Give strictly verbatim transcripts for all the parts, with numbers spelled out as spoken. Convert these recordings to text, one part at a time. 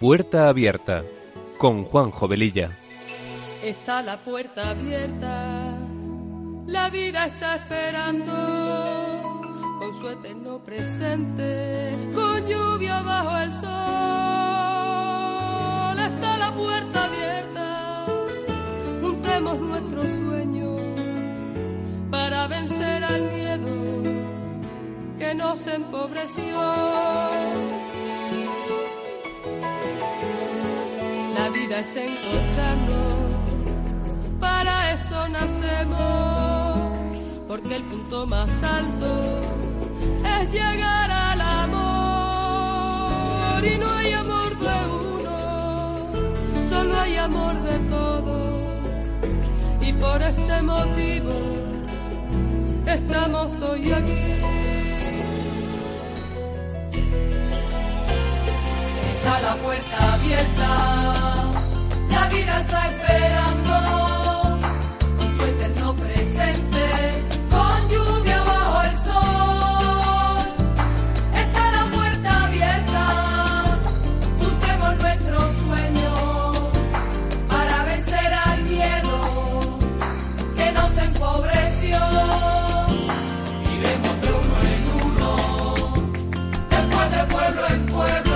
Puerta Abierta, con Juanjo Velilla. Está la puerta abierta, la vida está esperando, con su eterno presente, con lluvia bajo el sol. Está la puerta abierta, juntemos nuestros sueños para vencer al miedo que nos empobreció. La vida es encontrarnos, para eso nacemos, porque el punto más alto es llegar al amor. Y no hay amor de uno, solo hay amor de todos. Y por ese motivo estamos hoy aquí. Está la puerta abierta, la vida está esperando, con su eterno presente, con lluvia bajo el sol. Está la puerta abierta, juntemos nuestros sueños para vencer al miedo que nos empobreció. Iremos de uno en uno, después de pueblo en pueblo,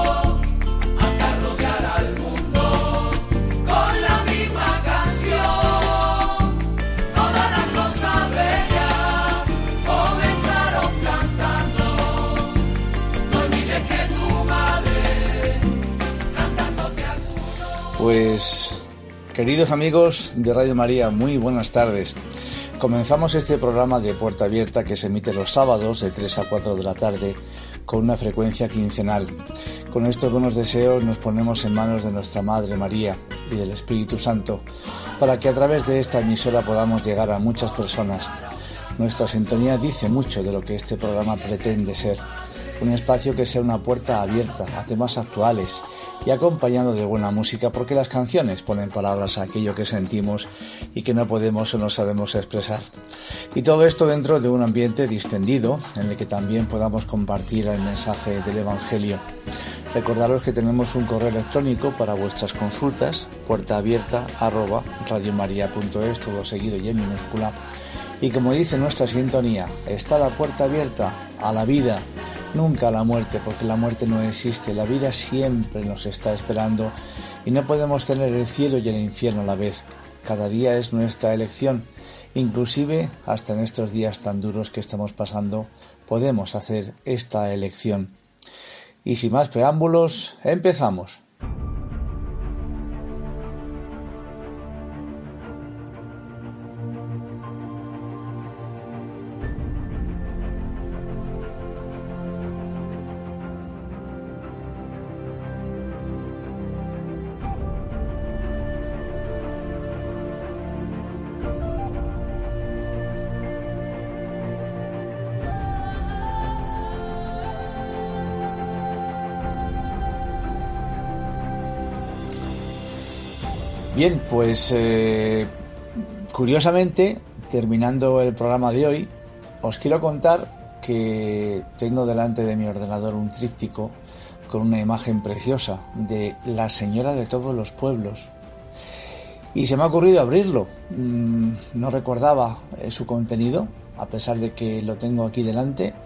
Pues, queridos amigos de Radio María, muy buenas tardes. Comenzamos este programa de Puerta Abierta que se emite los sábados de tres a cuatro de la tarde con una frecuencia quincenal. Con estos buenos deseos nos ponemos en manos de nuestra Madre María y del Espíritu Santo para que a través de esta emisora podamos llegar a muchas personas. Nuestra sintonía dice mucho de lo que este programa pretende ser. Un espacio que sea una puerta abierta a temas actuales y acompañado de buena música, porque las canciones ponen palabras a aquello que sentimos y que no podemos o no sabemos expresar. Y todo esto dentro de un ambiente distendido en el que también podamos compartir el mensaje del Evangelio. Recordaros que tenemos un correo electrónico para vuestras consultas, puertaabierta arroba radiomaria punto es, todo seguido y en minúscula. Y como dice nuestra sintonía, está la puerta abierta a la vida, nunca a la muerte, porque la muerte no existe. La vida siempre nos está esperando y no podemos tener el cielo y el infierno a la vez. Cada día es nuestra elección. Inclusive hasta en estos días tan duros que estamos pasando podemos hacer esta elección. Y sin más preámbulos, empezamos. Bien, pues eh, curiosamente, terminando el programa de hoy, os quiero contar que tengo delante de mi ordenador un tríptico con una imagen preciosa de la Señora de todos los pueblos. Y se me ha ocurrido abrirlo. Mm, no recordaba eh, su contenido, a pesar de que lo tengo aquí delante.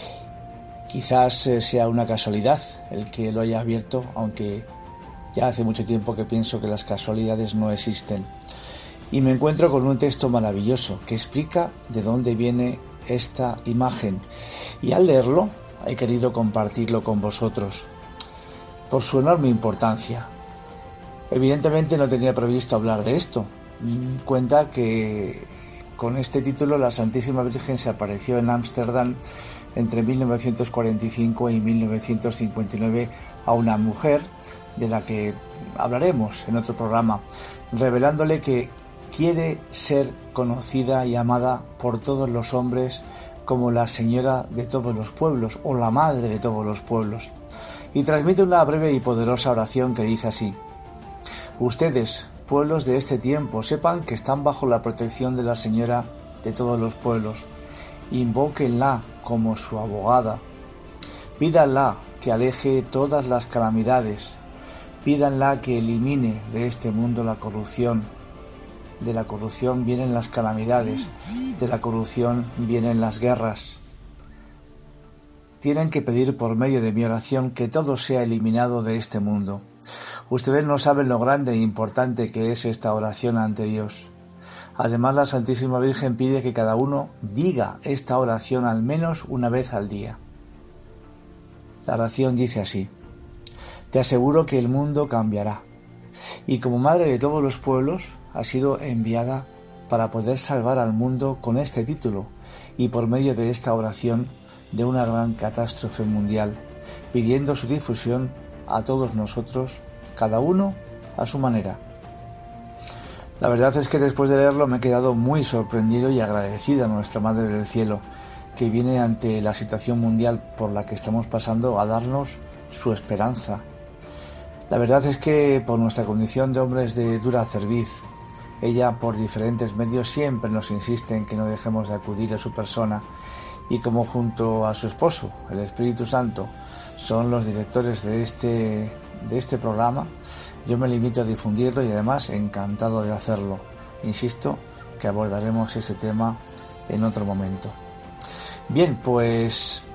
Quizás eh, sea una casualidad el que lo haya abierto, aunque ya hace mucho tiempo que pienso que las casualidades no existen. Y me encuentro con un texto maravilloso que explica de dónde viene esta imagen. Y al leerlo he querido compartirlo con vosotros por su enorme importancia. Evidentemente no tenía previsto hablar de esto. Cuenta que con este título la Santísima Virgen se apareció en Ámsterdam entre mil novecientos cuarenta y cinco y mil novecientos cincuenta y nueve a una mujer de la que hablaremos en otro programa, revelándole que quiere ser conocida y amada por todos los hombres como la Señora de todos los pueblos o la Madre de todos los pueblos. Y transmite una breve y poderosa oración que dice así: ustedes, pueblos de este tiempo, sepan que están bajo la protección de la Señora de todos los pueblos. Invóquenla como su abogada. Pídanla que aleje todas las calamidades. Pídanla que elimine de este mundo la corrupción. De la corrupción vienen las calamidades, de la corrupción vienen las guerras. Tienen que pedir por medio de mi oración que todo sea eliminado de este mundo. Ustedes no saben lo grande e importante que es esta oración ante Dios. Además, la Santísima Virgen pide que cada uno diga esta oración al menos una vez al día. La oración dice así: te aseguro que el mundo cambiará, y como Madre de todos los pueblos ha sido enviada para poder salvar al mundo con este título y por medio de esta oración de una gran catástrofe mundial, pidiendo su difusión a todos nosotros, cada uno a su manera. La verdad es que después de leerlo me he quedado muy sorprendido y agradecido a nuestra Madre del Cielo, que viene ante la situación mundial por la que estamos pasando a darnos su esperanza. La verdad es que por nuestra condición de hombres de dura cerviz, ella por diferentes medios siempre nos insiste en que no dejemos de acudir a su persona, y como junto a su esposo, el Espíritu Santo, son los directores de este, de este programa, yo me limito a difundirlo y además encantado de hacerlo. Insisto que abordaremos ese tema en otro momento. Bien, pues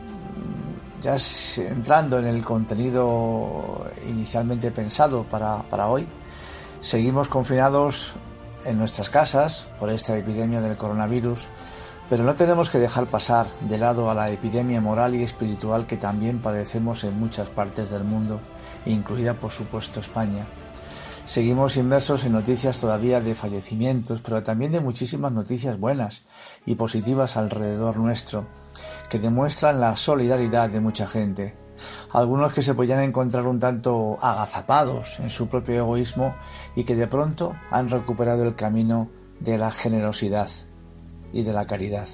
ya entrando en el contenido inicialmente pensado para, para hoy, seguimos confinados en nuestras casas por esta epidemia del coronavirus, pero no tenemos que dejar pasar de lado a la epidemia moral y espiritual que también padecemos en muchas partes del mundo, incluida por supuesto España. Seguimos inmersos en noticias todavía de fallecimientos, pero también de muchísimas noticias buenas y positivas alrededor nuestro, que demuestran la solidaridad de mucha gente. Algunos que se podían encontrar un tanto agazapados en su propio egoísmo y que de pronto han recuperado el camino de la generosidad y de la caridad.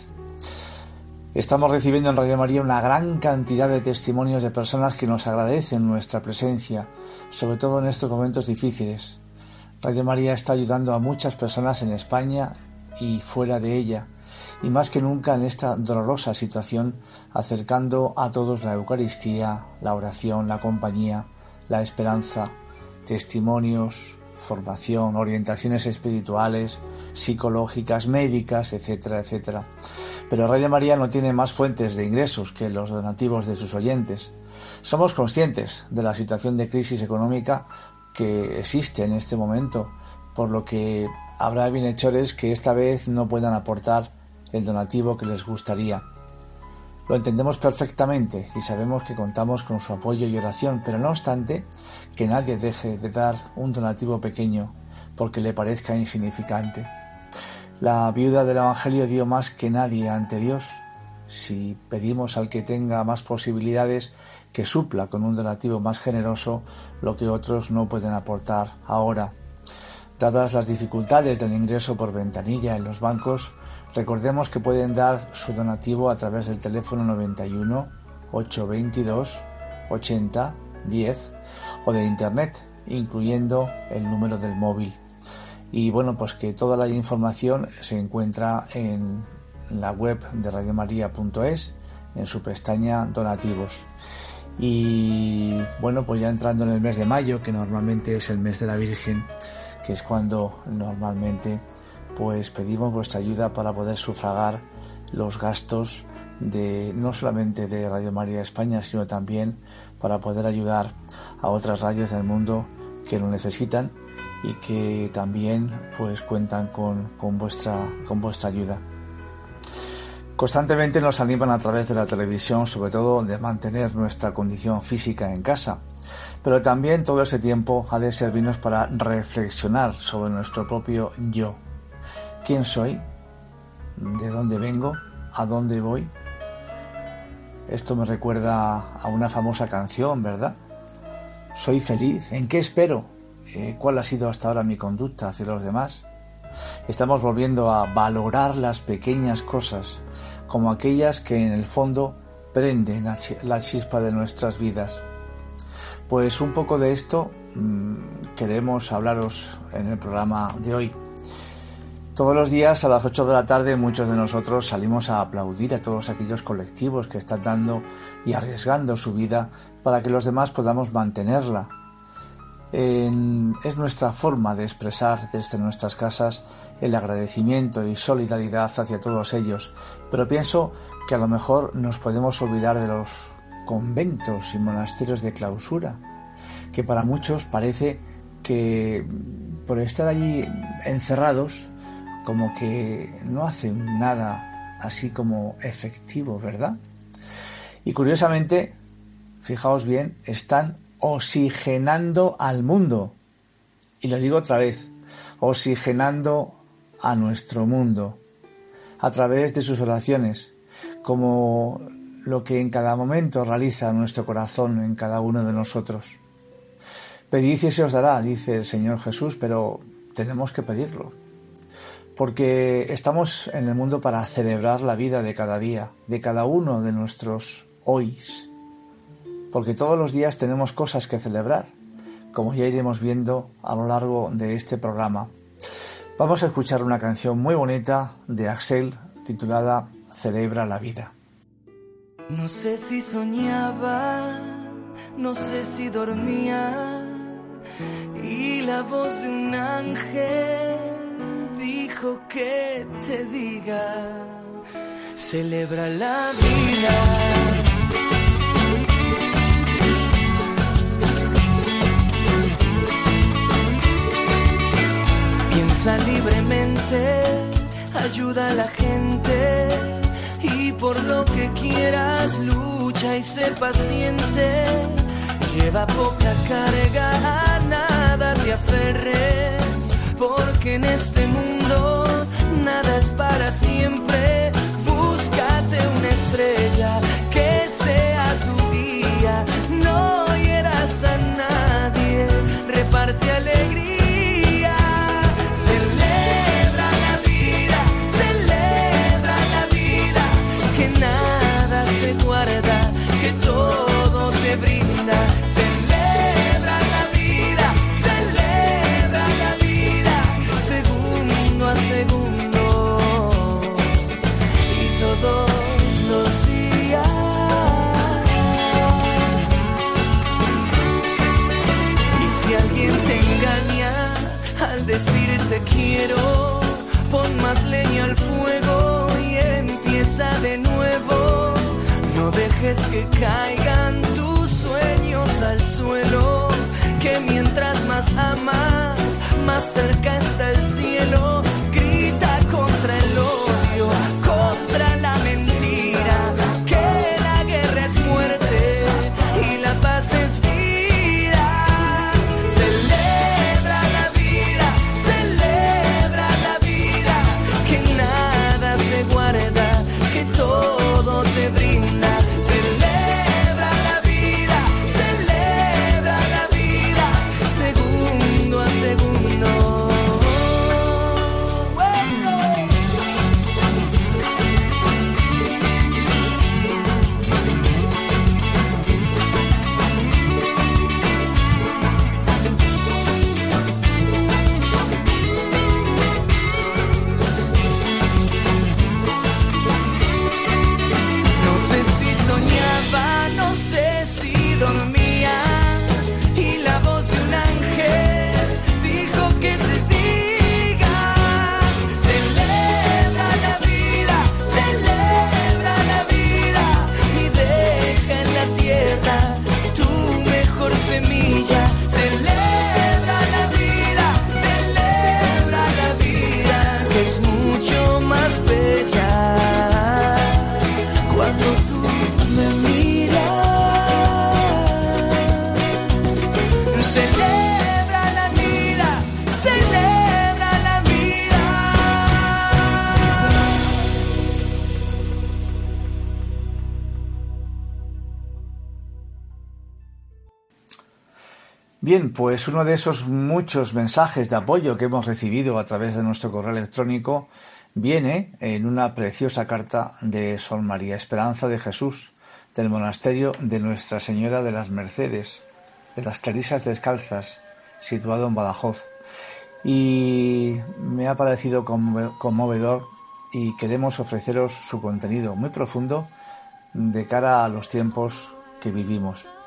Estamos recibiendo en Radio María una gran cantidad de testimonios de personas que nos agradecen nuestra presencia, sobre todo en estos momentos difíciles. Radio María está ayudando a muchas personas en España y fuera de ella, y más que nunca en esta dolorosa situación, acercando a todos la Eucaristía, la oración, la compañía, la esperanza, testimonios, formación, orientaciones espirituales, psicológicas, médicas, etcétera, etcétera. Pero Radio María no tiene más fuentes de ingresos que los donativos de sus oyentes. Somos conscientes de la situación de crisis económica que existe en este momento, por lo que habrá bienhechores que esta vez no puedan aportar el donativo que les gustaría. Lo entendemos perfectamente y sabemos que contamos con su apoyo y oración, pero no obstante, que nadie deje de dar un donativo pequeño porque le parezca insignificante. La viuda del Evangelio dio más que nadie ante Dios. Si pedimos al que tenga más posibilidades que supla con un donativo más generoso lo que otros no pueden aportar ahora. Dadas las dificultades del ingreso por ventanilla en los bancos, recordemos que pueden dar su donativo a través del teléfono noventa y uno, ochocientos veintidós, ochenta, diez o de internet, incluyendo el número del móvil. Y bueno, pues que toda la información se encuentra en la web de radio maría punto es, en su pestaña donativos. Y bueno, pues ya entrando en el mes de mayo, que normalmente es el mes de la Virgen, que es cuando normalmente pues pedimos vuestra ayuda para poder sufragar los gastos de no solamente de Radio María España, sino también para poder ayudar a otras radios del mundo que lo necesitan y que también pues cuentan con, con vuestra con vuestra ayuda. Constantemente nos animan a través de la televisión, sobre todo de mantener nuestra condición física en casa, pero también todo ese tiempo ha de servirnos para reflexionar sobre nuestro propio yo. ¿Quién soy? ¿De dónde vengo? ¿A dónde voy? Esto me recuerda a una famosa canción, ¿verdad? ¿Soy feliz? ¿En qué espero? Eh, ¿Cuál ha sido hasta ahora mi conducta hacia los demás? Estamos volviendo a valorar las pequeñas cosas, como aquellas que en el fondo prenden la chispa de nuestras vidas. Pues un poco de esto mmm, queremos hablaros en el programa de hoy. Todos los días a las ocho de la tarde muchos de nosotros salimos a aplaudir a todos aquellos colectivos que están dando y arriesgando su vida para que los demás podamos mantenerla. En, es nuestra forma de expresar desde nuestras casas el agradecimiento y solidaridad hacia todos ellos, pero pienso que a lo mejor nos podemos olvidar de los conventos y monasterios de clausura, que para muchos parece que por estar allí encerrados como que no hacen nada así como efectivo, ¿verdad? Y curiosamente, fijaos bien, están oxigenando al mundo. Y lo digo otra vez, oxigenando a nuestro mundo a través de sus oraciones, como lo que en cada momento realiza nuestro corazón en cada uno de nosotros. Pedid y se os dará, dice el Señor Jesús, pero tenemos que pedirlo, porque estamos en el mundo para celebrar la vida de cada día, de cada uno de nuestros hoys, porque todos los días tenemos cosas que celebrar, como ya iremos viendo a lo largo de este programa. Vamos a escuchar una canción muy bonita de Axel titulada Celebra la vida. No sé si soñaba, no sé si dormía, y la voz de un ángel dijo que te diga, celebra la vida. Piensa libremente, ayuda a la gente, y por lo que quieras lucha y sé paciente. Lleva poca carga, a nada te aferres, porque en este mundo nada es para siempre. Búscate una estrella que sea tu guía, no hieras a nadie, reparte alegría. Que todo te brinda, celebra la vida, celebra la vida, segundo a segundo, y todos los días. Y si alguien te engaña al decirte quiero, pon más leña al fuego y empieza de nuevo. No dejes que caigan tus sueños al suelo, que mientras más amas, más cerca está el cielo. Grita contra el odio, contra la mentira, que la guerra es muerte y la paz es vida. Celebra la vida, celebra la vida, que nada se guarda, que todo te brinda. Bien, pues uno de esos muchos mensajes de apoyo que hemos recibido a través de nuestro correo electrónico viene en una preciosa carta de Sor María Esperanza de Jesús, del monasterio de Nuestra Señora de las Mercedes, de las Clarisas Descalzas, situado en Badajoz. Y me ha parecido conmovedor y queremos ofreceros su contenido muy profundo de cara a los tiempos que vivimos.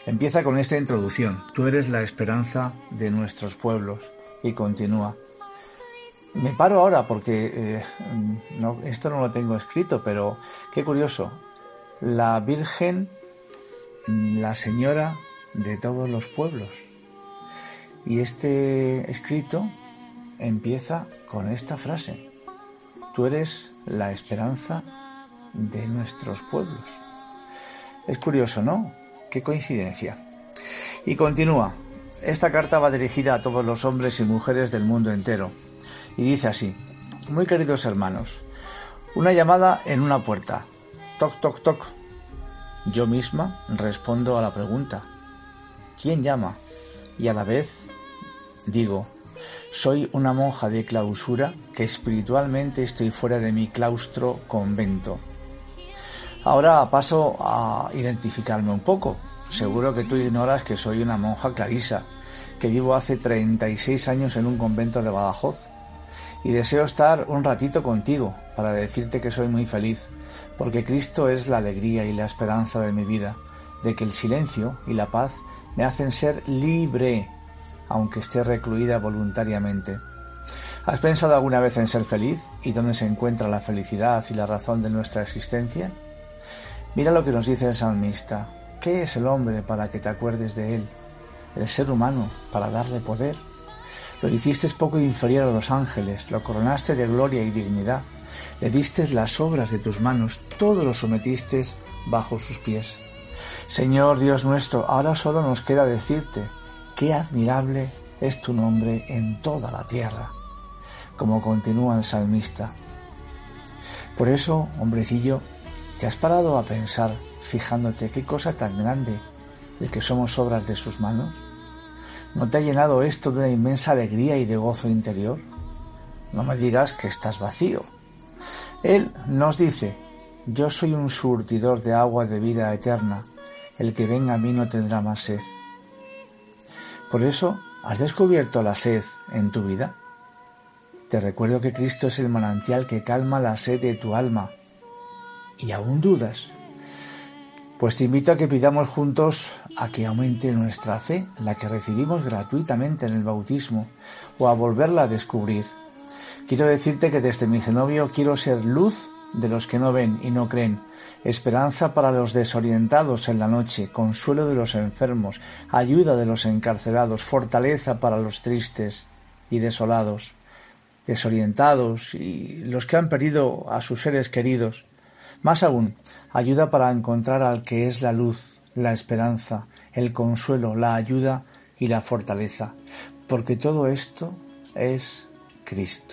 Empieza con esta introducción: tú eres la esperanza de nuestros pueblos, y continúa. Me paro ahora porque eh, no, esto no lo tengo escrito, pero qué curioso. La Virgen, la Señora de todos los pueblos. Y este escrito empieza con esta frase: tú eres la esperanza de nuestros pueblos. Es curioso, ¿no? Qué coincidencia. Y continúa. Esta carta va dirigida a todos los hombres y mujeres del mundo entero. Y dice así: muy queridos hermanos, una llamada en una puerta. Toc, toc, toc. Yo misma respondo a la pregunta: ¿quién llama? Y a la vez digo: soy una monja de clausura que espiritualmente estoy fuera de mi claustro convento. Ahora paso a identificarme un poco. Seguro que tú ignoras que soy una monja clarisa, que vivo hace treinta y seis años en un convento de Badajoz. Y deseo estar un ratito contigo para decirte que soy muy feliz, porque Cristo es la alegría y la esperanza de mi vida, de que el silencio y la paz me hacen ser libre, aunque esté recluida voluntariamente. ¿Has pensado alguna vez en ser feliz y dónde se encuentra la felicidad y la razón de nuestra existencia? Mira lo que nos dice el salmista: ¿qué es el hombre para que te acuerdes de él? El ser humano para darle poder. Lo hiciste poco inferior a los ángeles, lo coronaste de gloria y dignidad, le diste las obras de tus manos, todo lo sometiste bajo sus pies. Señor Dios nuestro, ahora solo nos queda decirte: qué admirable es tu nombre en toda la tierra, como continúa el salmista. Por eso, hombrecillo, ¿te has parado a pensar, fijándote qué cosa tan grande el que somos obras de sus manos? ¿No te ha llenado esto de una inmensa alegría y de gozo interior? No me digas que estás vacío. Él nos dice: yo soy un surtidor de agua de vida eterna, el que venga a mí no tendrá más sed. Por eso, ¿has descubierto la sed en tu vida? Te recuerdo que Cristo es el manantial que calma la sed de tu alma. ¿Y aún dudas? Pues te invito a que pidamos juntos a que aumente nuestra fe, la que recibimos gratuitamente en el bautismo, o a volverla a descubrir. Quiero decirte que desde mi cenobio quiero ser luz de los que no ven y no creen, esperanza para los desorientados en la noche, consuelo de los enfermos, ayuda de los encarcelados, fortaleza para los tristes y desolados, desorientados y los que han perdido a sus seres queridos. Más aún, ayuda para encontrar al que es la luz, la esperanza, el consuelo, la ayuda y la fortaleza, porque todo esto es Cristo.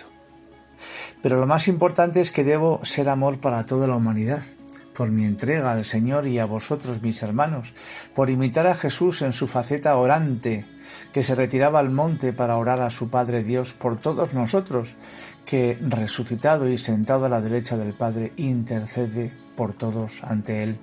Pero lo más importante es que debo ser amor para toda la humanidad, por mi entrega al Señor y a vosotros, mis hermanos, por imitar a Jesús en su faceta orante, que se retiraba al monte para orar a su Padre Dios por todos nosotros, que, resucitado y sentado a la derecha del Padre, intercede por todos ante Él.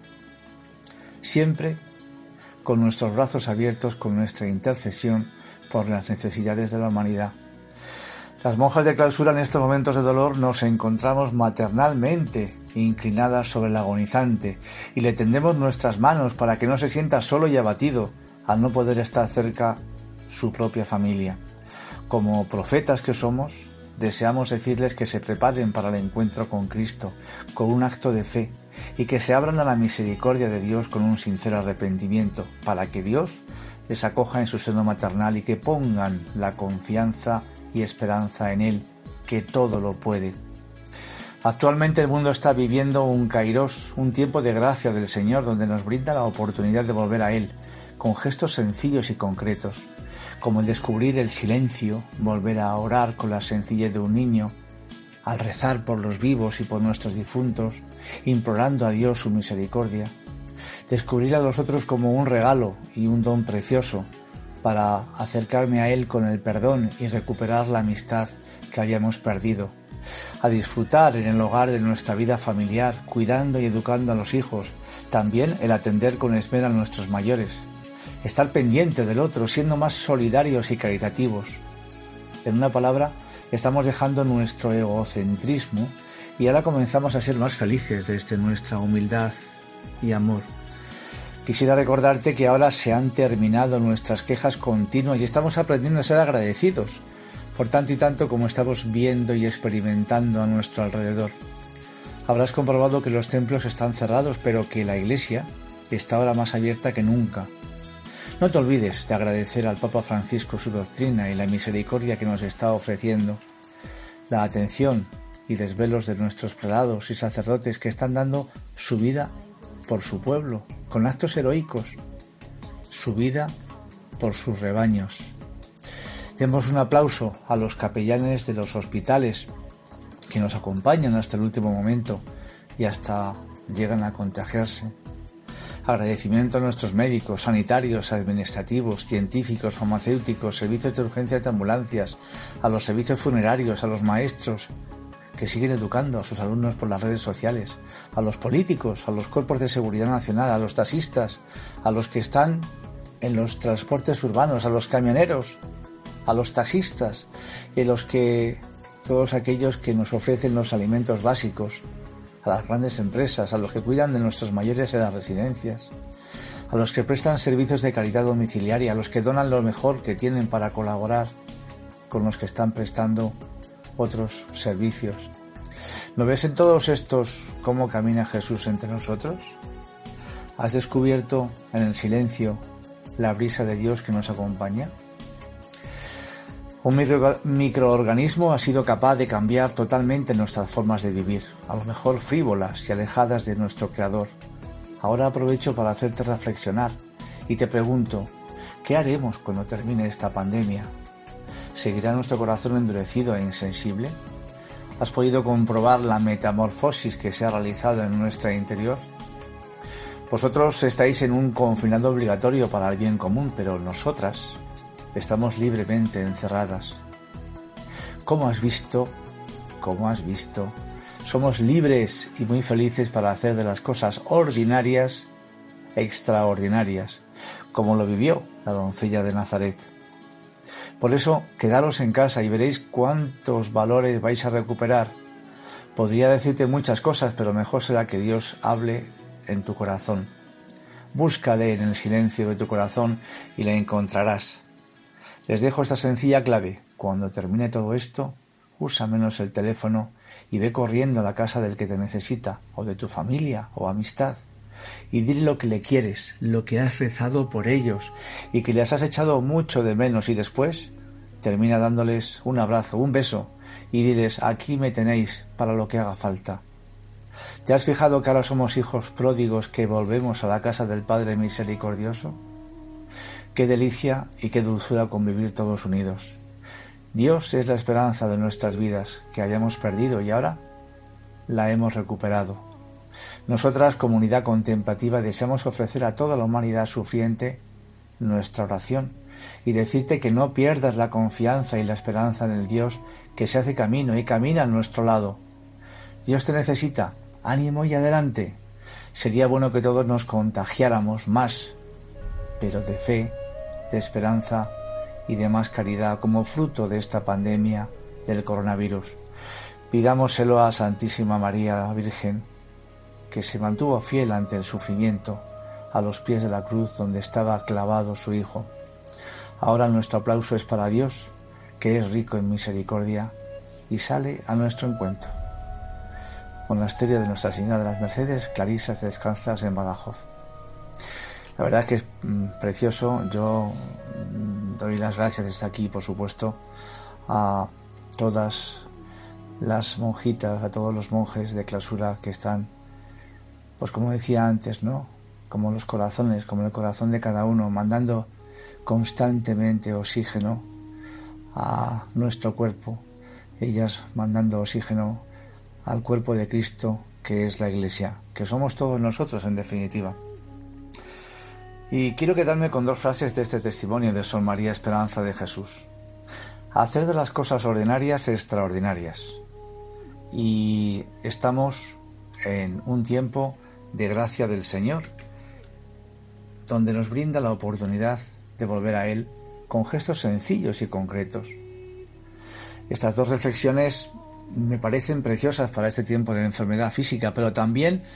Siempre con nuestros brazos abiertos, con nuestra intercesión por las necesidades de la humanidad. Las monjas de clausura en estos momentos de dolor nos encontramos maternalmente inclinadas sobre el agonizante y le tendemos nuestras manos para que no se sienta solo y abatido al no poder estar cerca su propia familia. Como profetas que somos, deseamos decirles que se preparen para el encuentro con Cristo con un acto de fe y que se abran a la misericordia de Dios con un sincero arrepentimiento para que Dios les acoja en su seno maternal y que pongan la confianza y esperanza en Él, que todo lo puede. Actualmente el mundo está viviendo un kairos, un tiempo de gracia del Señor donde nos brinda la oportunidad de volver a Él, con gestos sencillos y concretos, como el descubrir el silencio, volver a orar con la sencillez de un niño, al rezar por los vivos y por nuestros difuntos, implorando a Dios su misericordia, descubrir a los otros como un regalo y un don precioso, para acercarme a Él con el perdón y recuperar la amistad que habíamos perdido, a disfrutar en el hogar de nuestra vida familiar, cuidando y educando a los hijos, también el atender con esmero a nuestros mayores, estar pendiente del otro, siendo más solidarios y caritativos. En una palabra, estamos dejando nuestro egocentrismo y ahora comenzamos a ser más felices desde nuestra humildad y amor. Quisiera recordarte que ahora se han terminado nuestras quejas continuas y estamos aprendiendo a ser agradecidos por tanto y tanto como estamos viendo y experimentando a nuestro alrededor. Habrás comprobado que los templos están cerrados, pero que la Iglesia está ahora más abierta que nunca. No te olvides de agradecer al Papa Francisco su doctrina y la misericordia que nos está ofreciendo, la atención y desvelos de nuestros prelados y sacerdotes que están dando su vida por su pueblo, con actos heroicos, su vida por sus rebaños. Demos un aplauso a los capellanes de los hospitales que nos acompañan hasta el último momento y hasta llegan a contagiarse. Agradecimiento a nuestros médicos, sanitarios, administrativos, científicos, farmacéuticos, servicios de urgencias de ambulancias, a los servicios funerarios, a los maestros que siguen educando a sus alumnos por las redes sociales, a los políticos, a los cuerpos de seguridad nacional, a los taxistas, a los que están en los transportes urbanos, a los camioneros, a los taxistas y a los que, todos aquellos que nos ofrecen los alimentos básicos, a las grandes empresas, a los que cuidan de nuestros mayores en las residencias, a los que prestan servicios de caridad domiciliaria, a los que donan lo mejor que tienen para colaborar con los que están prestando otros servicios. ¿No ves en todos estos cómo camina Jesús entre nosotros? ¿Has descubierto en el silencio la brisa de Dios que nos acompaña? Un micro, microorganismo ha sido capaz de cambiar totalmente nuestras formas de vivir, a lo mejor frívolas y alejadas de nuestro Creador. Ahora aprovecho para hacerte reflexionar y te pregunto, ¿qué haremos cuando termine esta pandemia? ¿Seguirá nuestro corazón endurecido e insensible? ¿Has podido comprobar la metamorfosis que se ha realizado en nuestra interior? Vosotros estáis en un confinado obligatorio para el bien común, pero nosotras estamos libremente encerradas. ¿Cómo has visto? ¿Cómo has visto? Somos libres y muy felices para hacer de las cosas ordinarias extraordinarias, como lo vivió la doncella de Nazaret. Por eso, quedaros en casa y veréis cuántos valores vais a recuperar. Podría decirte muchas cosas, pero mejor será que Dios hable en tu corazón. Búscale en el silencio de tu corazón y le encontrarás. Les dejo esta sencilla clave. Cuando termine todo esto, usa menos el teléfono y ve corriendo a la casa del que te necesita, o de tu familia o amistad, y dile lo que le quieres, lo que has rezado por ellos y que les has echado mucho de menos, y después termina dándoles un abrazo, un beso y diles: aquí me tenéis para lo que haga falta. ¿Te has fijado que ahora somos hijos pródigos que volvemos a la casa del Padre misericordioso? Qué delicia y qué dulzura convivir todos unidos. Dios es la esperanza de nuestras vidas que habíamos perdido y ahora la hemos recuperado. Nosotras, comunidad contemplativa, deseamos ofrecer a toda la humanidad sufriente nuestra oración y decirte que no pierdas la confianza y la esperanza en el Dios que se hace camino y camina a nuestro lado. Dios te necesita, ánimo y adelante. Sería bueno que todos nos contagiáramos más, pero de fe, de esperanza y de más caridad como fruto de esta pandemia del coronavirus. Pidámoselo a Santísima María, la Virgen, que se mantuvo fiel ante el sufrimiento, a los pies de la cruz donde estaba clavado su Hijo. Ahora nuestro aplauso es para Dios, que es rico en misericordia y sale a nuestro encuentro. Monasterio de Nuestra Señora de las Mercedes, Clarisas Descalzas en Badajoz. La verdad es que es mm, precioso. Yo mm, doy las gracias desde aquí, por supuesto, a todas las monjitas, a todos los monjes de clausura que están, pues como decía antes, ¿no? Como los corazones, como el corazón de cada uno, mandando constantemente oxígeno a nuestro cuerpo, ellas mandando oxígeno al cuerpo de Cristo, que es la Iglesia, que somos todos nosotros en definitiva. Y quiero quedarme con dos frases de este testimonio de Sor María Esperanza de Jesús. Hacer de las cosas ordinarias extraordinarias. Y estamos en un tiempo de gracia del Señor, donde nos brinda la oportunidad de volver a Él con gestos sencillos y concretos. Estas dos reflexiones me parecen preciosas para este tiempo de enfermedad física, pero también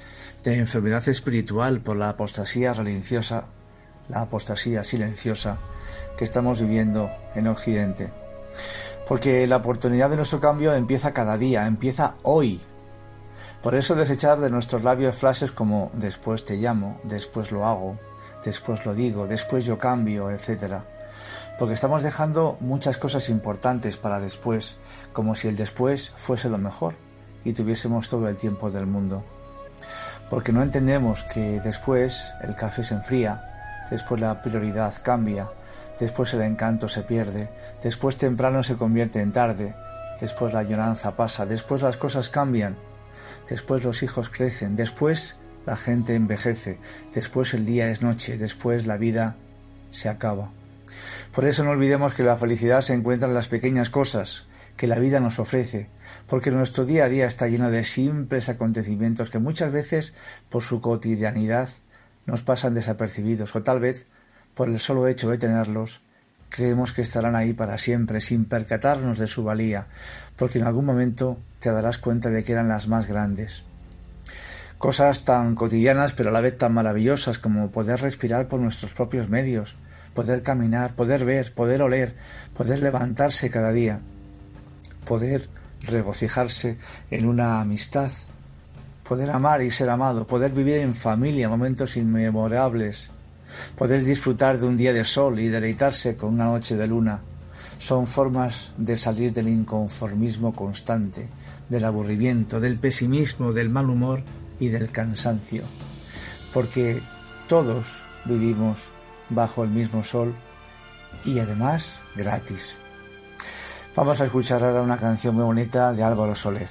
de enfermedad espiritual por la apostasía religiosa, la apostasía silenciosa que estamos viviendo en Occidente. Porque la oportunidad de nuestro cambio empieza cada día, empieza hoy. Por eso desechar de nuestros labios frases como después te llamo, después lo hago, después lo digo, después yo cambio, etcétera. Porque estamos dejando muchas cosas importantes para después, como si el después fuese lo mejor y tuviésemos todo el tiempo del mundo. Porque no entendemos que después el café se enfría, después la prioridad cambia, después el encanto se pierde, después temprano se convierte en tarde, después la añoranza pasa, después las cosas cambian, después los hijos crecen, después la gente envejece, después el día es noche, después la vida se acaba. Por eso no olvidemos que la felicidad se encuentra en las pequeñas cosas que la vida nos ofrece, porque nuestro día a día está lleno de simples acontecimientos que muchas veces por su cotidianidad nos pasan desapercibidos, o tal vez por el solo hecho de tenerlos creemos que estarán ahí para siempre sin percatarnos de su valía, porque en algún momento te darás cuenta de que eran las más grandes. Cosas tan cotidianas pero a la vez tan maravillosas como poder respirar por nuestros propios medios, poder caminar, poder ver, poder oler, poder levantarse cada día, poder regocijarse en una amistad, poder amar y ser amado, poder vivir en familia momentos inmemorables, poder disfrutar de un día de sol y deleitarse con una noche de luna, son formas de salir del inconformismo constante, del aburrimiento, del pesimismo, del mal humor y del cansancio, porque todos vivimos bajo el mismo sol y además gratis. Vamos a escuchar ahora una canción muy bonita de Álvaro Soler.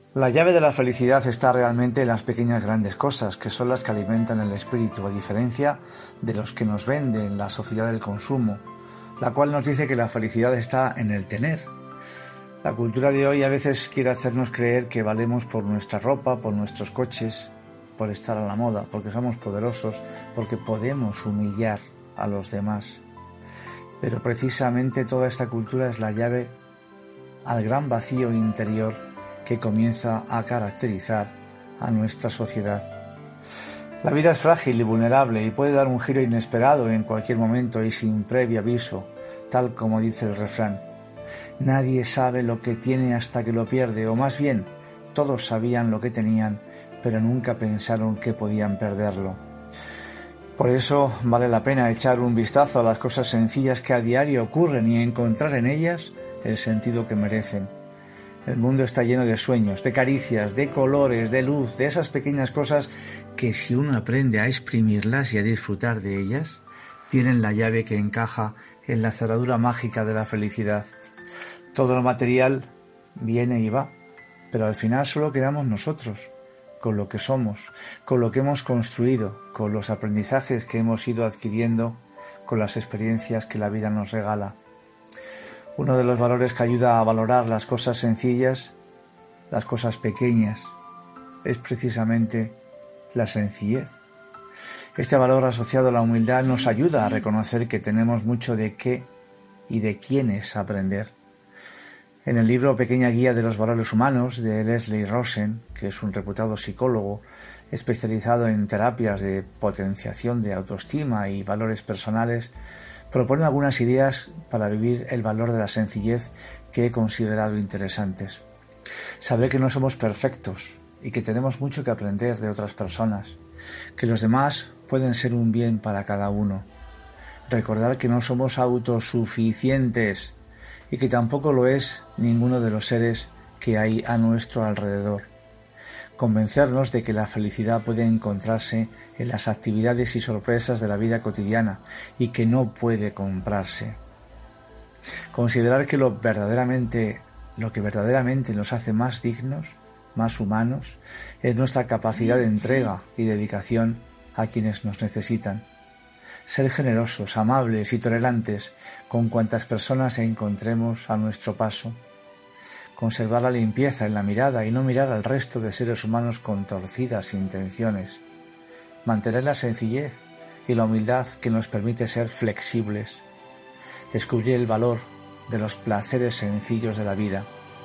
La llave de la felicidad está realmente en las pequeñas grandes cosas, que son las que alimentan el espíritu, a diferencia de los que nos venden la sociedad del consumo, la cual nos dice que la felicidad está en el tener. La cultura de hoy a veces quiere hacernos creer que valemos por nuestra ropa, por nuestros coches, por estar a la moda, porque somos poderosos, porque podemos humillar a los demás. Pero precisamente toda esta cultura es la llave al gran vacío interior que comienza a caracterizar a nuestra sociedad. La vida es frágil y vulnerable y puede dar un giro inesperado en cualquier momento y sin previo aviso, tal como dice el refrán. Nadie sabe lo que tiene hasta que lo pierde, o más bien, todos sabían lo que tenían, pero nunca pensaron que podían perderlo. Por eso vale la pena echar un vistazo a las cosas sencillas que a diario ocurren y encontrar en ellas el sentido que merecen. El mundo está lleno de sueños, de caricias, de colores, de luz, de esas pequeñas cosas que si uno aprende a exprimirlas y a disfrutar de ellas, tienen la llave que encaja en la cerradura mágica de la felicidad. Todo lo material viene y va, pero al final solo quedamos nosotros, con lo que somos, con lo que hemos construido, con los aprendizajes que hemos ido adquiriendo, con las experiencias que la vida nos regala. Uno de los valores que ayuda a valorar las cosas sencillas, las cosas pequeñas, es precisamente la sencillez. Este valor asociado a la humildad nos ayuda a reconocer que tenemos mucho de qué y de quiénes aprender. En el libro Pequeña Guía de los Valores Humanos de Leslie Rosen, que es un reputado psicólogo especializado en terapias de potenciación de autoestima y valores personales, propone algunas ideas para vivir el valor de la sencillez que he considerado interesantes. Saber que no somos perfectos y que tenemos mucho que aprender de otras personas, que los demás pueden ser un bien para cada uno. Recordar que no somos autosuficientes y que tampoco lo es ninguno de los seres que hay a nuestro alrededor. Convencernos de que la felicidad puede encontrarse en las actividades y sorpresas de la vida cotidiana y que no puede comprarse. Considerar que lo verdaderamente, lo que verdaderamente nos hace más dignos, más humanos, es nuestra capacidad de entrega y dedicación a quienes nos necesitan. Ser generosos, amables y tolerantes con cuantas personas encontremos a nuestro paso. Conservar la limpieza en la mirada y no mirar al resto de seres humanos con torcidas intenciones. Mantener la sencillez y la humildad que nos permite ser flexibles. Descubrir el valor de los placeres sencillos de la vida.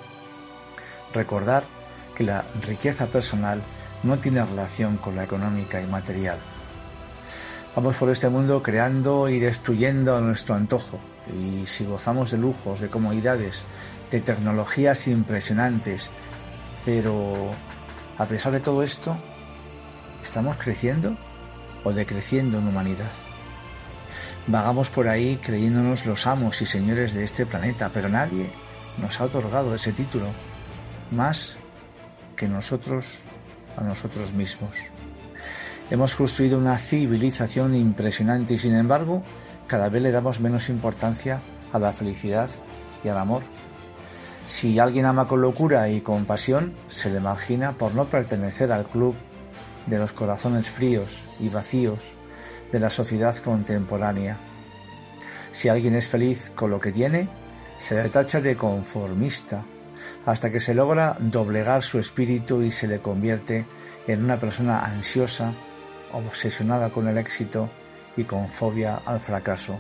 Recordar que la riqueza personal no tiene relación con la económica y material. Vamos por este mundo creando y destruyendo a nuestro antojo, y si gozamos de lujos, de comodidades, de tecnologías impresionantes, pero a pesar de todo esto, ¿estamos creciendo o decreciendo en humanidad? Vagamos por ahí creyéndonos los amos y señores de este planeta, pero nadie nos ha otorgado ese título, más que nosotros a nosotros mismos. Hemos construido una civilización impresionante y sin embargo cada vez le damos menos importancia a la felicidad y al amor. Si alguien ama con locura y con pasión, se le margina por no pertenecer al club de los corazones fríos y vacíos de la sociedad contemporánea. Si alguien es feliz con lo que tiene, se le tacha de conformista, hasta que se logra doblegar su espíritu y se le convierte en una persona ansiosa, obsesionada con el éxito y con fobia al fracaso.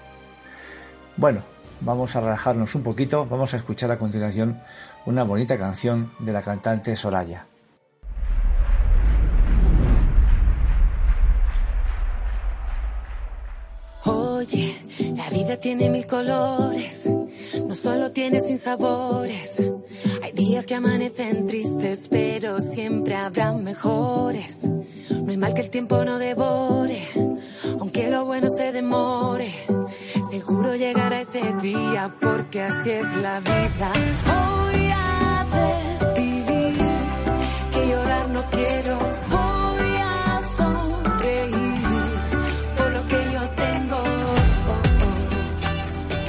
Bueno, vamos a relajarnos un poquito, vamos a escuchar a continuación una bonita canción de la cantante Soraya. Oye, la vida tiene mil colores, no solo tiene sinsabores. Hay días que amanecen tristes, pero siempre habrá mejores. No hay mal que el tiempo no devore, aunque lo bueno se demore. Seguro llegará ese día, porque así es la vida. Voy a decidir que llorar no quiero. Voy a sonreír por lo que yo tengo,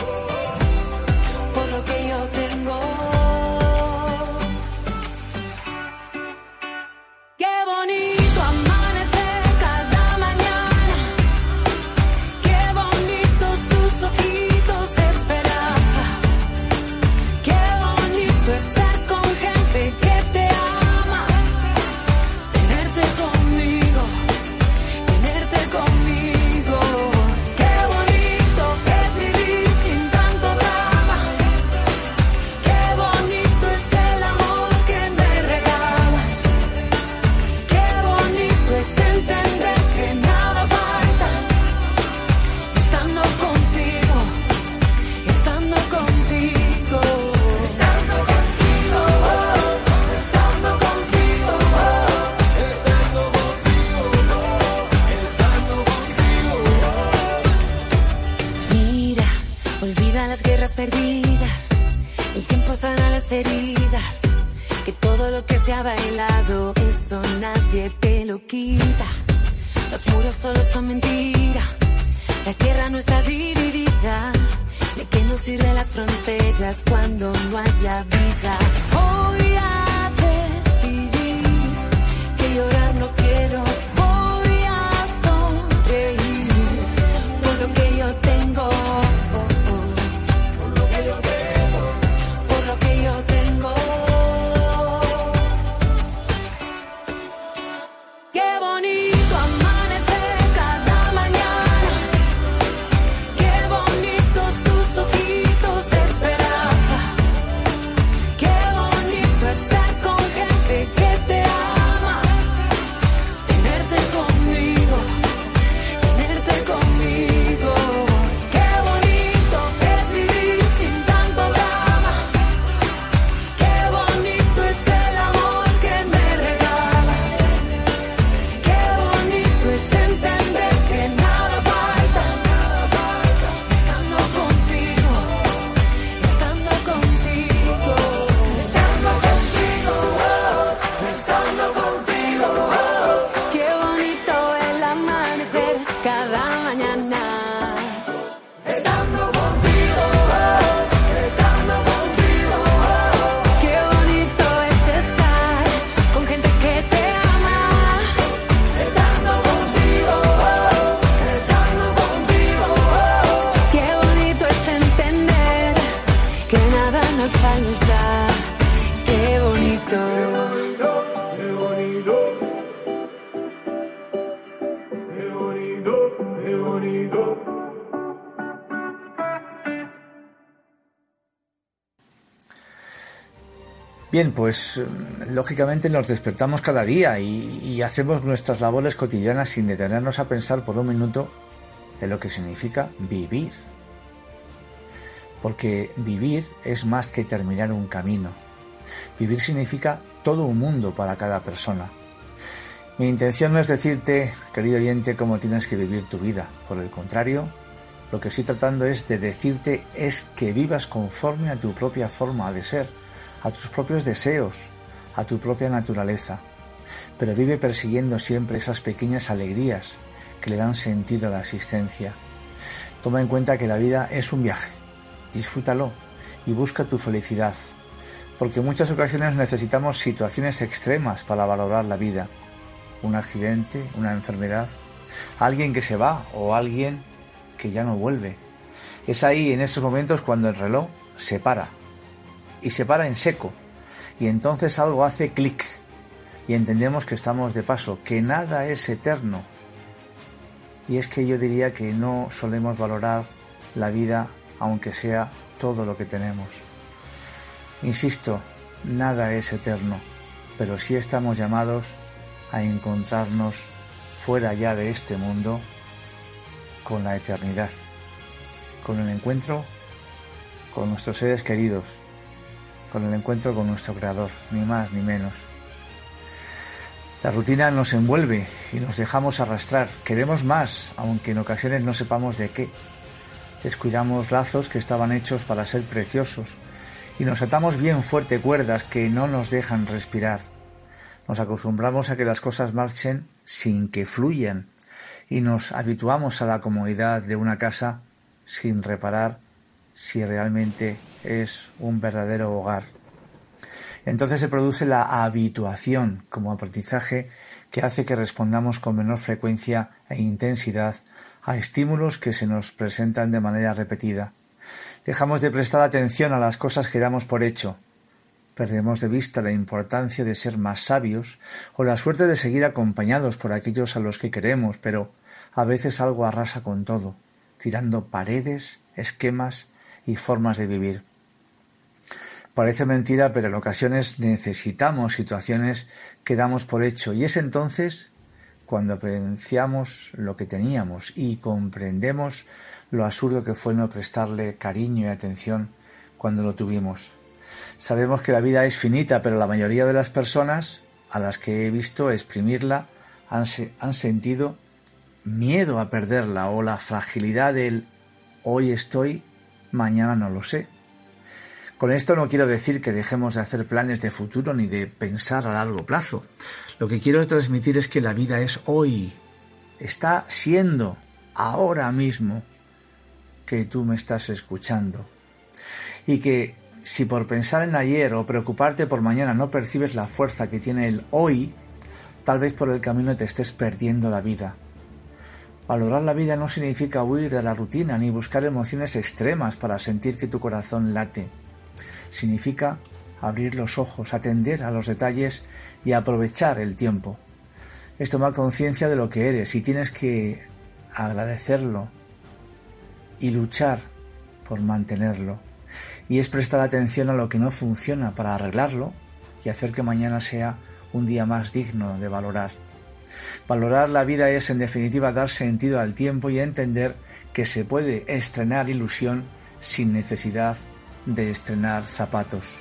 por lo que yo tengo. las heridas, que todo lo que se ha bailado, eso nadie te lo quita. Los muros solo son mentira, la tierra no está dividida. ¿De qué nos sirven las fronteras cuando no haya vida? Voy a decidir que llorar no quiero. Voy a sonreír por lo que yo tengo. Por lo que yo tengo. Por lo que yo tengo. Qué bonito amanecer cada mañana. Qué bonitos tus ojitos de esperanza. Qué bonito estar con gente que te ama. Tenerte conmigo, tenerte conmigo. Qué bonito es vivir sin tanto drama. Qué bonito es el amor que me regalas. Qué bonito es entender que nada falta. Estando contigo, estando contigo, estando contigo, estando contigo. Qué bonito el amanecer cada mañana. Estando contigo, estando contigo. Qué bonito es estar con gente que te ama. Estando contigo, estando contigo. Qué bonito es entender que nada nos falta. Qué bonito. Qué bonito, qué bonito, qué bonito. Bien, pues mm, lógicamente nos despertamos cada día y, y hacemos nuestras labores cotidianas sin detenernos a pensar por un minuto en lo que significa vivir. Porque vivir es más que terminar un camino. Vivir significa todo un mundo para cada persona. Mi intención no es decirte, querido oyente, cómo tienes que vivir tu vida. Por el contrario, lo que estoy tratando es de decirte es que vivas conforme a tu propia forma de ser, a tus propios deseos, a tu propia naturaleza. Pero vive persiguiendo siempre esas pequeñas alegrías que le dan sentido a la existencia. Toma en cuenta que la vida es un viaje. Disfrútalo y busca tu felicidad. Porque en muchas ocasiones necesitamos situaciones extremas para valorar la vida. Un accidente, una enfermedad, alguien que se va o alguien que ya no vuelve. Es ahí, en esos momentos, cuando el reloj se para. Y se para en seco. Y entonces algo hace clic. Y entendemos que estamos de paso, que nada es eterno. Y es que yo diría que no solemos valorar la vida, aunque sea todo lo que tenemos. Insisto, nada es eterno, pero sí estamos llamados a encontrarnos fuera ya de este mundo con la eternidad, con el encuentro con nuestros seres queridos, con el encuentro con nuestro Creador, ni más ni menos. La rutina nos envuelve y nos dejamos arrastrar. Queremos más, aunque en ocasiones no sepamos de qué. Descuidamos lazos que estaban hechos para ser preciosos y nos atamos bien fuerte cuerdas que no nos dejan respirar. Nos acostumbramos a que las cosas marchen sin que fluyan y nos habituamos a la comodidad de una casa sin reparar si realmente es un verdadero hogar. Entonces se produce la habituación como aprendizaje que hace que respondamos con menor frecuencia e intensidad a estímulos que se nos presentan de manera repetida. Dejamos de prestar atención a las cosas que damos por hecho. Perdemos de vista la importancia de ser más sabios o la suerte de seguir acompañados por aquellos a los que queremos, pero a veces algo arrasa con todo, tirando paredes, esquemas y formas de vivir. Parece mentira, pero en ocasiones necesitamos situaciones que damos por hecho y es entonces cuando apreciamos lo que teníamos y comprendemos lo absurdo que fue no prestarle cariño y atención cuando lo tuvimos. Sabemos que la vida es finita, pero la mayoría de las personas a las que he visto exprimirla han, han sentido miedo a perderla o la fragilidad del hoy estoy, mañana no lo sé. Con esto no quiero decir que dejemos de hacer planes de futuro ni de pensar a largo plazo. Lo que quiero transmitir es que la vida es hoy. Está siendo ahora mismo que tú me estás escuchando. Y que si por pensar en ayer o preocuparte por mañana no percibes la fuerza que tiene el hoy, tal vez por el camino te estés perdiendo la vida. Valorar la vida no significa huir de la rutina ni buscar emociones extremas para sentir que tu corazón late. Significa abrir los ojos, atender a los detalles y aprovechar el tiempo. Es tomar conciencia de lo que eres y tienes que agradecerlo y luchar por mantenerlo. Y es prestar atención a lo que no funciona para arreglarlo y hacer que mañana sea un día más digno de valorar. Valorar la vida es, en definitiva, dar sentido al tiempo y entender que se puede estrenar ilusión sin necesidad de estrenar zapatos.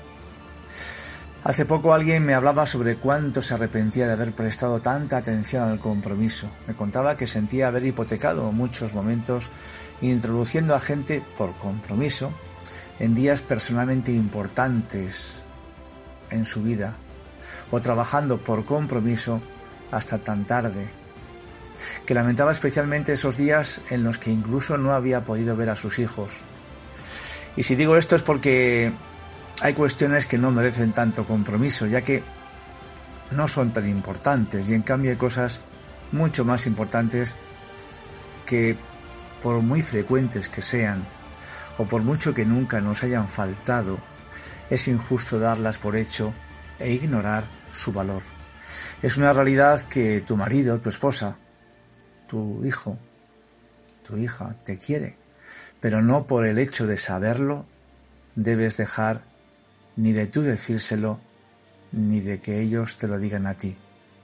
Hace poco alguien me hablaba sobre cuánto se arrepentía de haber prestado tanta atención al compromiso. Me contaba que sentía haber hipotecado muchos momentos introduciendo a gente por compromiso en días personalmente importantes en su vida o trabajando por compromiso hasta tan tarde, que lamentaba especialmente esos días en los que incluso no había podido ver a sus hijos. Y si digo esto es porque hay cuestiones que no merecen tanto compromiso, ya que no son tan importantes, y en cambio hay cosas mucho más importantes que, por muy frecuentes que sean, o por mucho que nunca nos hayan faltado, es injusto darlas por hecho e ignorar su valor. Es una realidad que tu marido, tu esposa, tu hijo, tu hija te quiere, pero no por el hecho de saberlo debes dejar ni de tú decírselo, ni de que ellos te lo digan a ti.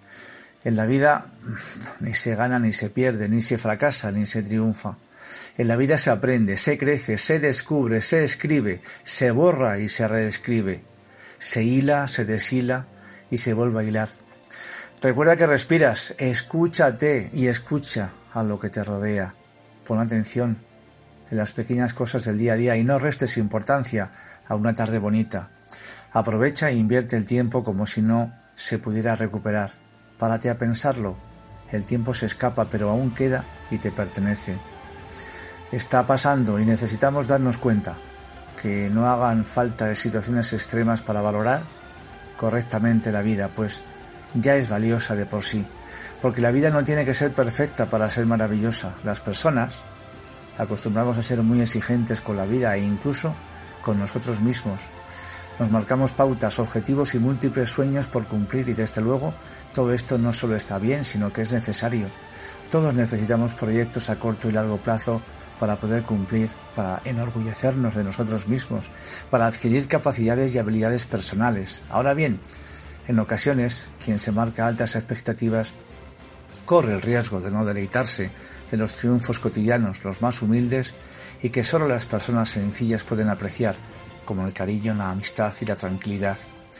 En la vida ni se gana ni se pierde, ni se fracasa ni se triunfa. En la vida se aprende, se crece, se descubre, se escribe, se borra y se reescribe. Se hila, se deshila y se vuelve a hilar. Recuerda que respiras, escúchate y escucha a lo que te rodea. Pon atención en las pequeñas cosas del día a día y no restes importancia a una tarde bonita. Aprovecha e invierte el tiempo como si no se pudiera recuperar. Párate a pensarlo. El tiempo se escapa, pero aún queda y te pertenece. Está pasando y necesitamos darnos cuenta que no hagan falta situaciones extremas para valorar correctamente la vida, pues ya es valiosa de por sí. Porque la vida no tiene que ser perfecta para ser maravillosa. Las personas acostumbramos a ser muy exigentes con la vida e incluso con nosotros mismos. Nos marcamos pautas, objetivos y múltiples sueños por cumplir y desde luego todo esto no solo está bien, sino que es necesario. Todos necesitamos proyectos a corto y largo plazo para poder cumplir, para enorgullecernos de nosotros mismos, para adquirir capacidades y habilidades personales. Ahora bien, en ocasiones, quien se marca altas expectativas corre el riesgo de no deleitarse de los triunfos cotidianos, los más humildes y que solo las personas sencillas pueden apreciar, como el cariño, la amistad y la tranquilidad.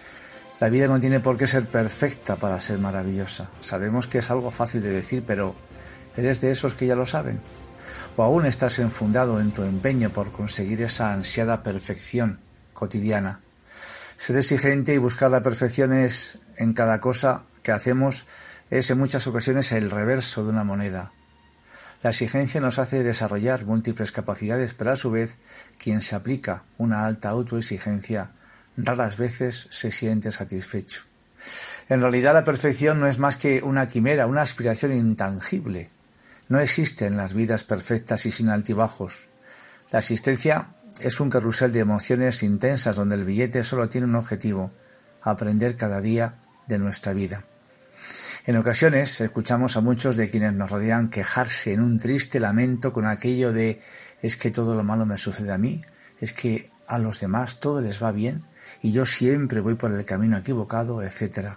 La vida no tiene por qué ser perfecta para ser maravillosa. Sabemos que es algo fácil de decir, pero ¿eres de esos que ya lo saben? ¿O aún estás enfundado en tu empeño por conseguir esa ansiada perfección cotidiana? Ser exigente y buscar la perfección es, en cada cosa que hacemos, es en muchas ocasiones el reverso de una moneda. La exigencia nos hace desarrollar múltiples capacidades, pero a su vez, quien se aplica una alta autoexigencia raras veces se siente satisfecho. En realidad la perfección no es más que una quimera, una aspiración intangible. No existen las vidas perfectas y sin altibajos. La existencia es un carrusel de emociones intensas donde el billete solo tiene un objetivo: aprender cada día de nuestra vida. En ocasiones escuchamos a muchos de quienes nos rodean quejarse en un triste lamento con aquello de «es que todo lo malo me sucede a mí, es que a los demás todo les va bien y yo siempre voy por el camino equivocado», etcétera.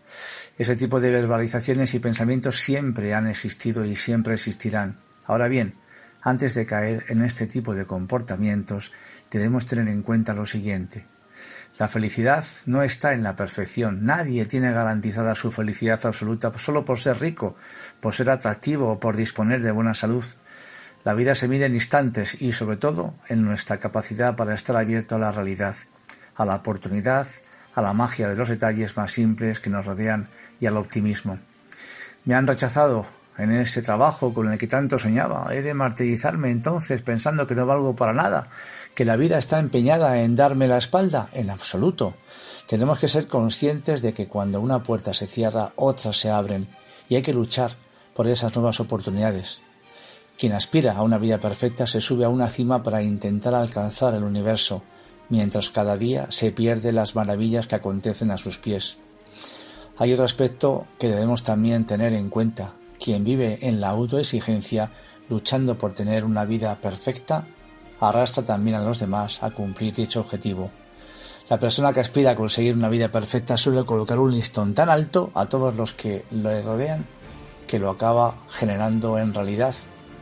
Ese tipo de verbalizaciones y pensamientos siempre han existido y siempre existirán. Ahora bien, antes de caer en este tipo de comportamientos, debemos tener en cuenta lo siguiente. La felicidad no está en la perfección. Nadie tiene garantizada su felicidad absoluta solo por ser rico, por ser atractivo o por disponer de buena salud. La vida se mide en instantes y, sobre todo, en nuestra capacidad para estar abierto a la realidad, a la oportunidad, a la magia de los detalles más simples que nos rodean y al optimismo. Me han rechazado en ese trabajo con el que tanto soñaba. ¿He de martirizarme entonces pensando que no valgo para nada? ¿Que la vida está empeñada en darme la espalda? En absoluto. Tenemos que ser conscientes de que cuando una puerta se cierra, otras se abren, y hay que luchar por esas nuevas oportunidades. Quien aspira a una vida perfecta se sube a una cima para intentar alcanzar el universo, mientras cada día se pierde las maravillas que acontecen a sus pies. Hay otro aspecto que debemos también tener en cuenta. Quien vive en la autoexigencia, luchando por tener una vida perfecta, arrastra también a los demás a cumplir dicho objetivo. La persona que aspira a conseguir una vida perfecta suele colocar un listón tan alto a todos los que le rodean que lo acaba generando en realidad.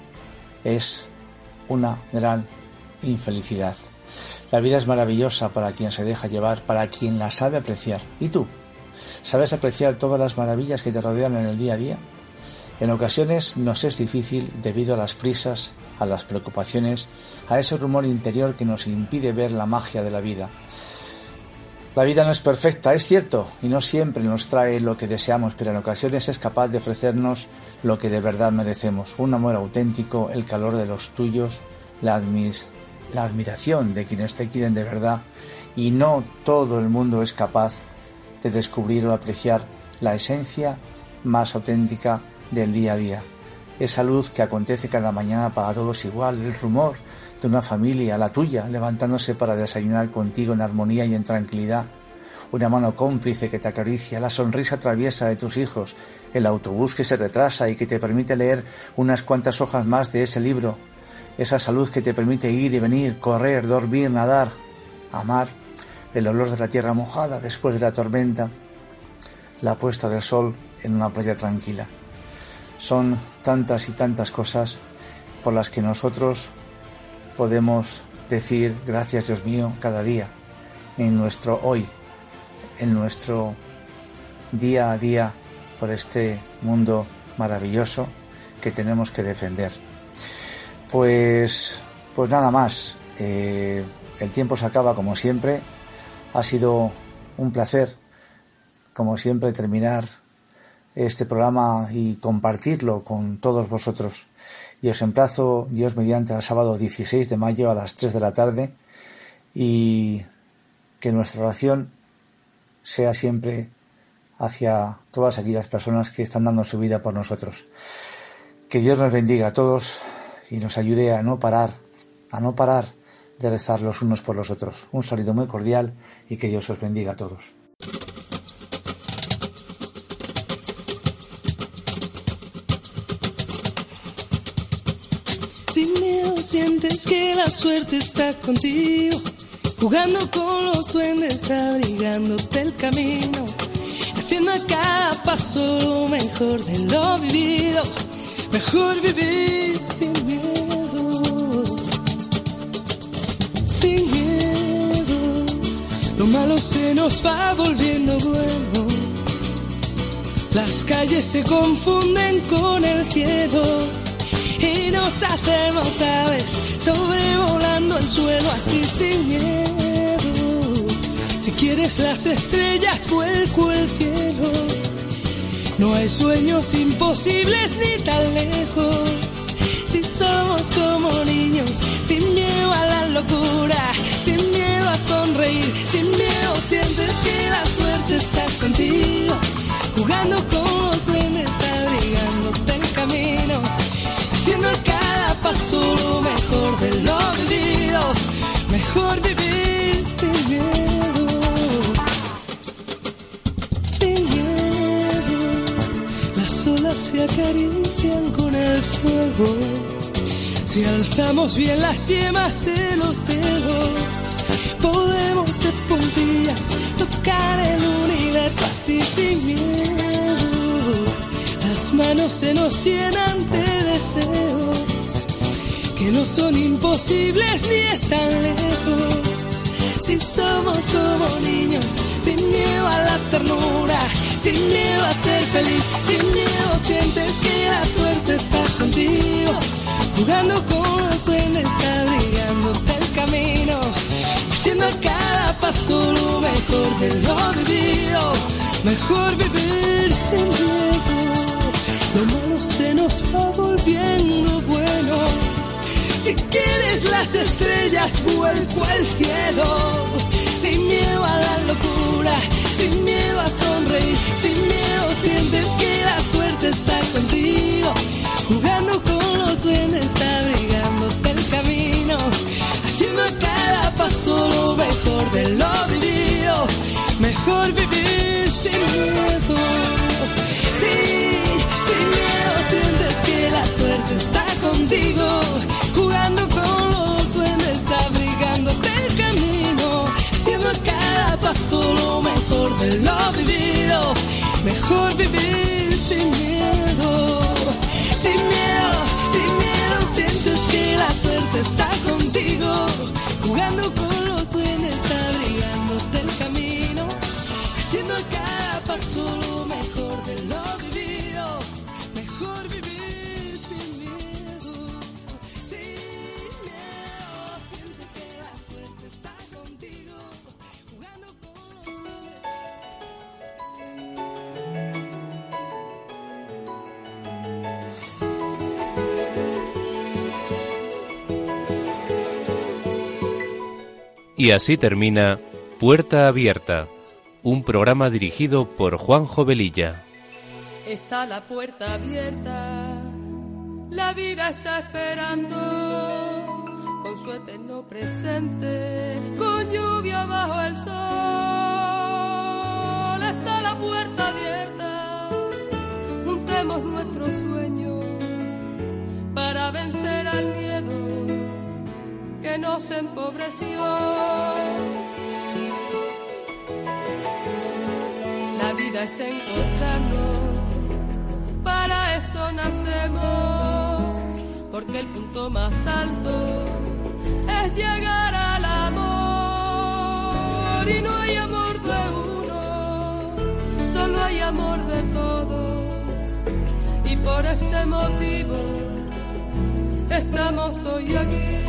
Es una gran infelicidad. La vida es maravillosa para quien se deja llevar, para quien la sabe apreciar. ¿Y tú? ¿Sabes apreciar todas las maravillas que te rodean en el día a día? En ocasiones nos es difícil debido a las prisas, a las preocupaciones, a ese rumor interior que nos impide ver la magia de la vida. La vida no es perfecta, es cierto, y no siempre nos trae lo que deseamos, pero en ocasiones es capaz de ofrecernos lo que de verdad merecemos. Un amor auténtico, el calor de los tuyos, la, admis, la admiración de quienes te quieren de verdad, y no todo el mundo es capaz de descubrir o apreciar la esencia más auténtica del día a día. Esa luz que acontece cada mañana para todos igual, el rumor de una familia, la tuya, levantándose para desayunar contigo en armonía y en tranquilidad, una mano cómplice que te acaricia, la sonrisa traviesa de tus hijos, el autobús que se retrasa y que te permite leer unas cuantas hojas más de ese libro, esa salud que te permite ir y venir, correr, dormir, nadar, amar, el olor de la tierra mojada después de la tormenta, la puesta del sol en una playa tranquila. Son tantas y tantas cosas por las que nosotros podemos decir gracias, Dios mío, cada día, en nuestro hoy, en nuestro día a día, por este mundo maravilloso que tenemos que defender. Pues, pues nada más, eh, el tiempo se acaba como siempre. Ha sido un placer, como siempre, terminar este programa y compartirlo con todos vosotros. Y os emplazo, Dios mediante, al sábado dieciséis de mayo a las tres de la tarde, y que nuestra oración sea siempre hacia todas aquellas personas que están dando su vida por nosotros. Que Dios nos bendiga a todos y nos ayude a no parar, a no parar de rezar los unos por los otros. Un saludo muy cordial y que Dios os bendiga a todos. Sin miedo sientes que la suerte está contigo, jugando con los duendes, abrigándote el camino, haciendo a cada paso lo mejor de lo vivido. Mejor vivir sin miedo, sin miedo. Lo malo se nos va volviendo bueno, las calles se confunden con el cielo y nos hacemos aves sobrevolando el suelo así sin miedo. Si quieres las estrellas, vuelco el cielo. No hay sueños imposibles ni tan lejos. Si somos como niños, sin miedo a la locura, sin miedo a sonreír, sin miedo sientes que la suerte está contigo, jugando con los duendes, abrigándote el camino, haciendo a cada paso lo mejor de lo vivido. Mejor vivir sin miedo, sin miedo. Las olas se acarician con el fuego, si alzamos bien las yemas de los dedos, podemos de puntillas tocar el universo así sin miedo. Las manos se nos llenan de deseos que no son imposibles ni están lejos. Si somos como niños, sin miedo a la ternura, sin miedo a ser feliz, sin miedo sientes que la suerte está contigo, jugando con los duendes, abrigándote el camino, haciendo a cada paso lo mejor de lo vivido, mejor vivir sin miedo, lo malo se nos va volviendo bueno, si quieres las estrellas vuelco al cielo, sin miedo a la locura, sin miedo a sonreír, sin miedo sientes que la suerte está contigo, jugando con los duendes, abrigándote el camino, haciendo a cada paso lo mejor de lo vivido, mejor vivir sin miedo. Sí, sin miedo sientes que la suerte está contigo, jugando con los duendes, abrigándote el camino, haciendo a cada paso lo mejor de lo vivido, mejor vivir sin miedo. Sin miedo, sin miedo sientes que la suerte está contigo, jugando con los duendes, abrigándote el camino, haciendo a cada paso lo mejor de lo vivido, mejor vivir sin miedo. Sin miedo sientes que la suerte está contigo, jugando con los duendes. Y así termina Puerta Abierta, un programa dirigido por Juanjo Velilla. Está la puerta abierta, la vida está esperando, con su eterno presente, con lluvia bajo el sol. Está la puerta abierta, juntemos nuestros sueños para vencer al miedo que nos empobreció. La vida es encontrarnos, para eso nacemos, porque el punto más alto es llegar al amor, y no hay amor de uno, solo hay amor de todos, y por ese motivo estamos hoy aquí.